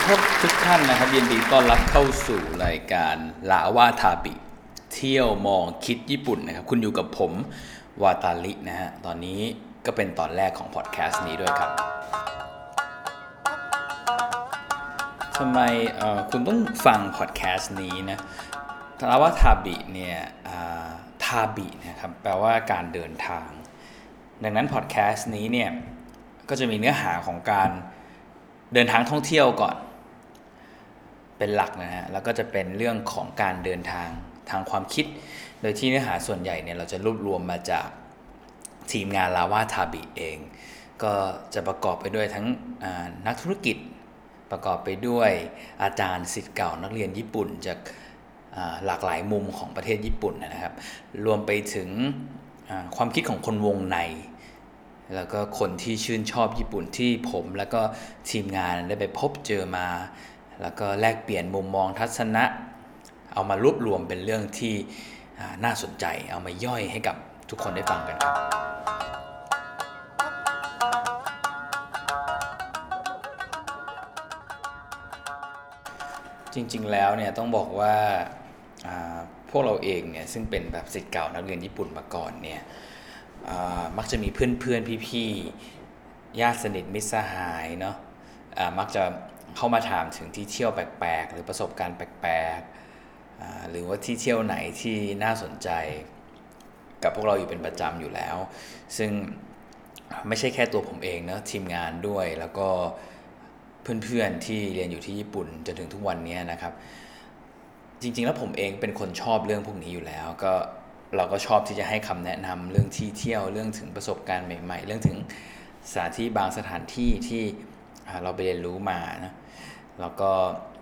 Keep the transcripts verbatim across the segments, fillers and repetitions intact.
ทบทุกท่านนะครับยินดีต้อนรับเข้าสู่รายการลาวาทาบิเที่ยวมองคิดญี่ปุ่นนะครับคุณอยู่กับผมวาตาลินะฮะตอนนี้ก็เป็นตอนแรกของพอดแคสต์นี้ด้วยครับทำไมเอ่อคุณต้องฟังพอดแคสต์นี้นะลาวาทาบิเนี่ยทาบินะครับแปลว่าการเดินทางดังนั้นพอดแคสต์นี้เนี่ยก็จะมีเนื้อหาของการเดินทางท่องเที่ยวก่อนเป็นหลักนะฮะแล้วก็จะเป็นเรื่องของการเดินทางทางความคิดโดยที่เนื้อหาส่วนใหญ่เนี่ยเราจะรวบรวมมาจากทีมงานลาวาทาบิเองก็จะประกอบไปด้วยทั้งนักธุรกิจประกอบไปด้วยอาจารย์ศิษย์เก่านักเรียนญี่ปุ่นจากหลากหลายมุมของประเทศญี่ปุ่นนะครับรวมไปถึงความคิดของคนวงในแล้วก็คนที่ชื่นชอบญี่ปุ่นที่ผมแล้วก็ทีมงานได้ไปพบเจอมาแล้วก็แลกเปลี่ยนมุมมองทัศนะเอามารวบรวมเป็นเรื่องที่น่าสนใจเอามาย่อยให้กับทุกคนได้ฟังกันครับจริงๆแล้วเนี่ยต้องบอกว่าพวกเราเองเนี่ยซึ่งเป็นแบบศิษย์เก่านักเรียนญี่ปุ่นมาก่อนเนี่ยมักจะมีเพื่อนๆพี่ๆญาติสนิทมิตรสหายเนาะมักจะเข้ามาถามถึงที่เที่ยวแปลกๆหรือประสบการณ์แปลกๆหรือว่าที่เที่ยวไหนที่น่าสนใจกับพวกเราอยู่เป็นประจำอยู่แล้วซึ่งไม่ใช่แค่ตัวผมเองนะทีมงานด้วยแล้วก็เพื่อนๆที่เรียนอยู่ที่ญี่ปุ่นจนถึงทุกวันนี้นะครับจริงๆแล้วผมเองเป็นคนชอบเรื่องพวกนี้อยู่แล้วก็เราก็ชอบที่จะให้คำแนะนำเรื่องที่เที่ยวเรื่องถึงประสบการณ์ใหม่ๆเรื่องถึงสถานที่บางสถานที่ที่เราไปเรียนรู้มานะแล้วก็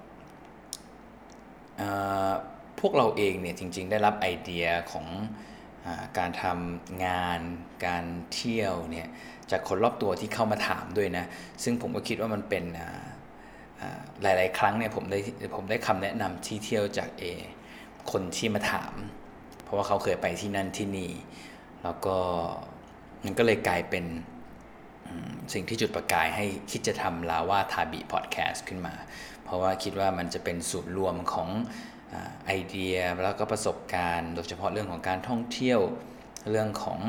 พวกเราเองเนี่ยจริงๆได้รับไอเดียของการทำงานการเที่ยวเนี่ยจากคนรอบตัวที่เข้ามาถามด้วยนะซึ่งผมก็คิดว่ามันเป็นหลายๆครั้งเนี่ยผมได้ผมได้คำแนะนำที่เที่ยวจากเอคนที่มาถามเพราะว่าเขาเคยไปที่นั่นที่นี่แล้วก็มันก็เลยกลายเป็นสิ่งที่จุดประกายให้คิดจะทำลาวาทาบิพอดแคสต์ขึ้นมาเพราะว่าคิดว่ามันจะเป็นศูนย์รวมของไอเดียแล้วก็ประสบการณ์โดยเฉพาะเรื่องของการท่องเที่ยวเรื่องของ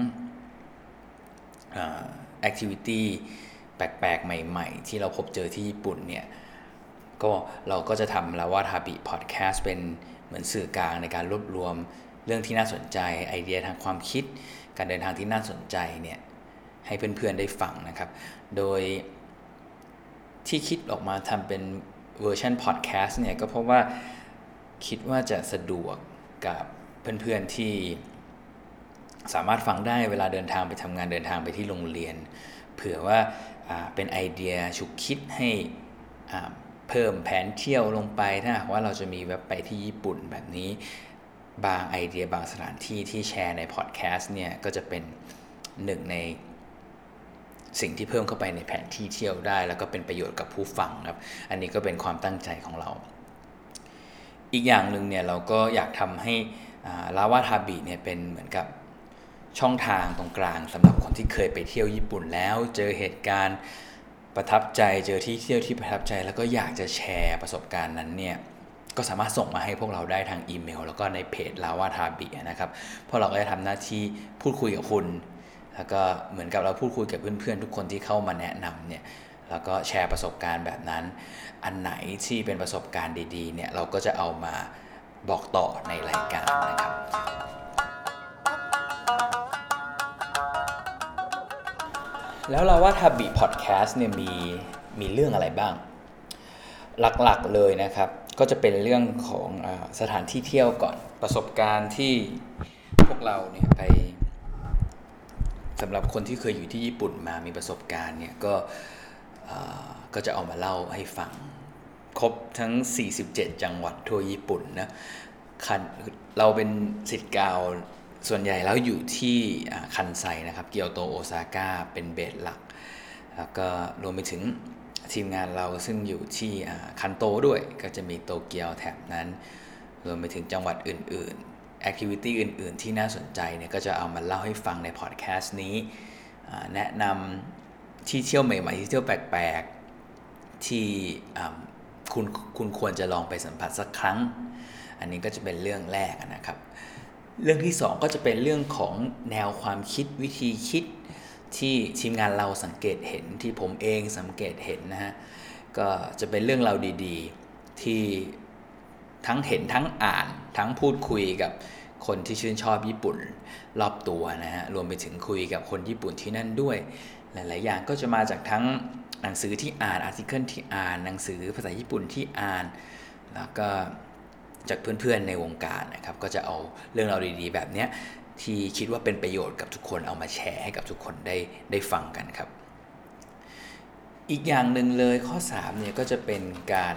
แอคทิวิตี้แปลกๆใหม่ๆที่เราพบเจอที่ญี่ปุ่นเนี่ยก็เราก็จะทำลาวาทาบิพอดแคสต์เป็นเหมือนสื่อกลางในการรวบรวมเรื่องที่น่าสนใจไอเดียทางความคิดการเดินทางที่น่าสนใจเนี่ยให้เพื่อนๆได้ฟังนะครับโดยที่คิดออกมาทำเป็นเวอร์ชันพอดแคสต์เนี่ยก็เพราะว่าคิดว่าจะสะดวกกับเพื่อนๆที่สามารถฟังได้เวลาเดินทางไปทำงานเดินทางไปที่โรงเรียนเผื่อว่าเป็นไอเดียฉุกคิดให้เพิ่มแผนเที่ยวลงไปถ้าหากว่าเราจะมีเว็บไปที่ญี่ปุ่นแบบนี้บางไอเดียบางสถานที่ที่แชร์ในพอดแคสต์เนี่ยก็จะเป็นหนึ่งในสิ่งที่เพิ่มเข้าไปในแผนที่เที่ยวได้แล้วก็เป็นประโยชน์กับผู้ฟังครับอันนี้ก็เป็นความตั้งใจของเราอีกอย่างหนึ่งเนี่ยเราก็อยากทำให้ลาวาทาบิเนี่ยเป็นเหมือนกับช่องทางตรงกลางสำหรับคนที่เคยไปเที่ยวญี่ปุ่นแล้วเจอเหตุการณ์ประทับใจเจอที่เที่ยวที่ประทับใจแล้วก็อยากจะแชร์ประสบการณ์นั้นเนี่ยก็สามารถส่งมาให้พวกเราได้ทางอีเมลแล้วก็ในเพจลาวาทาบินะครับเพราะเราก็จะทำหน้าที่พูดคุยกับคุณแล้วก็เหมือนกับเราพูดคุยกับเพื่อนๆทุกคนที่เข้ามาแนะนำเนี่ยแล้วก็แชร์ประสบการณ์แบบนั้นอันไหนที่เป็นประสบการณ์ดีๆเนี่ยเราก็จะเอามาบอกต่อในรายการนะครับแล้วลาวาทาบิพอดแคสต์เนี่ยมีมีเรื่องอะไรบ้างหลักๆเลยนะครับก็จะเป็นเรื่องของอ่าสถานที่เที่ยวก่อนประสบการณ์ที่พวกเราเนี่ยไปสำหรับคนที่เคยอยู่ที่ญี่ปุ่นมามีประสบการณ์เนี่ยก็ก็จะเอามาเล่าให้ฟังครบทั้งสี่สิบเจ็ดจังหวัดทั่วญี่ปุ่นนะเราเป็นศิษย์เก่าส่วนใหญ่แล้วอยู่ที่คันไซนะครับเกียวโตโอซาก้าเป็นเบสหลักแล้วก็รวมไปถึงทีมงานเราซึ่งอยู่ที่คันโตด้วยก็จะมีโตเกียวแถบนั้นรวมไปถึงจังหวัดอื่นๆแอคทิวิตี้อื่นๆที่น่าสนใจเนี่ยก็จะเอามาเล่าให้ฟังในพอดแคสต์นี้แนะนำที่เที่ยวใหม่ๆที่เที่ยวแปลกๆที่คุณคุณควรจะลองไปสัมผัสสักครั้งอันนี้ก็จะเป็นเรื่องแรกนะครับเรื่องที่สองก็จะเป็นเรื่องของแนวความคิดวิธีคิดที่ทีมงานเราสังเกตเห็นที่ผมเองสังเกตเห็นนะฮะก็จะเป็นเรื่องราวดีๆที่ทั้งเห็นทั้งอ่านทั้งพูดคุยกับคนที่ชื่นชอบญี่ปุ่นรอบตัวนะฮะรวมไปถึงคุยกับคนญี่ปุ่นที่นั่นด้วยหลายๆอย่างก็จะมาจากทั้งหนังสือที่อ่านอาร์ติเคิลที่อ่านหนังสือภาษาญี่ปุ่นที่อ่านแล้วก็จากเพื่อนๆในวงการนะครับก็จะเอาเรื่องราวดีๆแบบนี้ที่คิดว่าเป็นประโยชน์กับทุกคนเอามาแชร์ให้กับทุกคนได้ได้ฟังกันครับอีกอย่างหนึ่งเลยข้อสามเนี่ยก็จะเป็นการ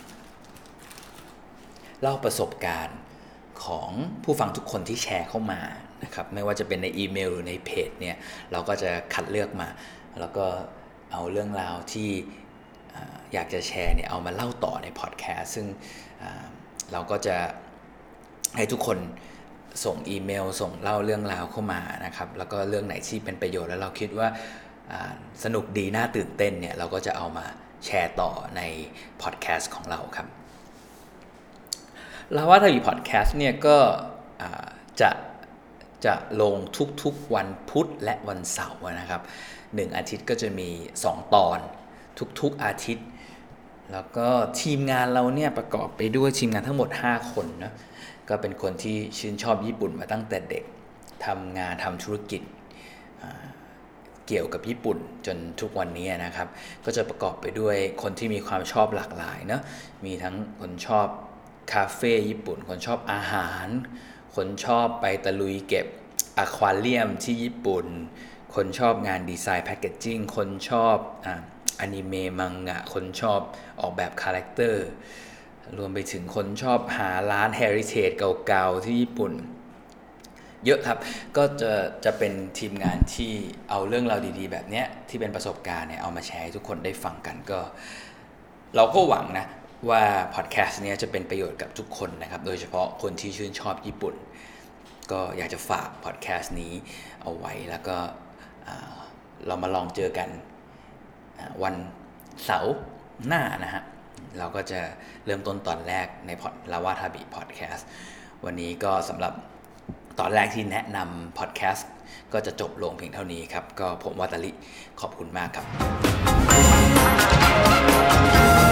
เล่าประสบการณ์ของผู้ฟังทุกคนที่แชร์เข้ามานะครับไม่ว่าจะเป็นในอีเมลหรือในเพจเนี่ยเราก็จะคัดเลือกมาแล้วก็เอาเรื่องราวที่อยากจะแชร์เนี่ยเอามาเล่าต่อในพอดแคสต์ซึ่งเราก็จะให้ทุกคนส่งอีเมลส่งเล่าเรื่องราวเข้ามานะครับแล้วก็เรื่องไหนที่เป็นประโยชน์แล้วเราคิดว่าสนุกดีน่าตื่นเต้นเนี่ยเราก็จะเอามาแชร์ต่อในพอดแคสต์ของเราครับลาวาทาบีพอดแคสต์เนี่ยก็จะจะลงทุกๆวันพุธและวันเสาร์นะครับหนึ่งอาทิตย์ก็จะมีสองตอนทุกๆอาทิตย์แล้วก็ทีมงานเราเนี่ยประกอบไปด้วยทีมงานทั้งหมดห้าคนนะก็เป็นคนที่ชื่นชอบญี่ปุ่นมาตั้งแต่เด็กทำงานทำธุรกิจเกี่ยวกับญี่ปุ่นจนทุกวันนี้นะครับก็จะประกอบไปด้วยคนที่มีความชอบหลากหลายเนาะมีทั้งคนชอบคาเฟ่ญี่ปุ่นคนชอบอาหารคนชอบไปตะลุยเก็บอควาเรียมที่ญี่ปุ่นคนชอบงานดีไซน์แพคเกจจิ้งคนชอบอ่าอนิเมะมังงะคนชอบออกแบบคาแรคเตอร์รวมไปถึงคนชอบหาร้านเฮริเทจเก่าๆที่ญี่ปุ่นเยอะครับก็จะจะเป็นทีมงานที่เอาเรื่องราวดีๆแบบนี้ที่เป็นประสบการณ์เนี่ยเอามาแชร์ให้ทุกคนได้ฟังกันก็เราก็หวังนะว่าพอดแคสต์นี้จะเป็นประโยชน์กับทุกคนนะครับโดยเฉพาะคนที่ชื่นชอบญี่ปุ่นก็อยากจะฝากพอดแคสต์นี้เอาไว้แล้วก็เรามาลองเจอกันวันเสาร์หน้านะฮะเราก็จะเริ่มต้นตอนแรกในพอดลาวาทาบิพอดแคสต์วันนี้ก็สำหรับตอนแรกที่แนะนำพอดแคสต์ก็จะจบลงเพียงเท่านี้ครับก็ผมวัตลิขอบคุณมากครับ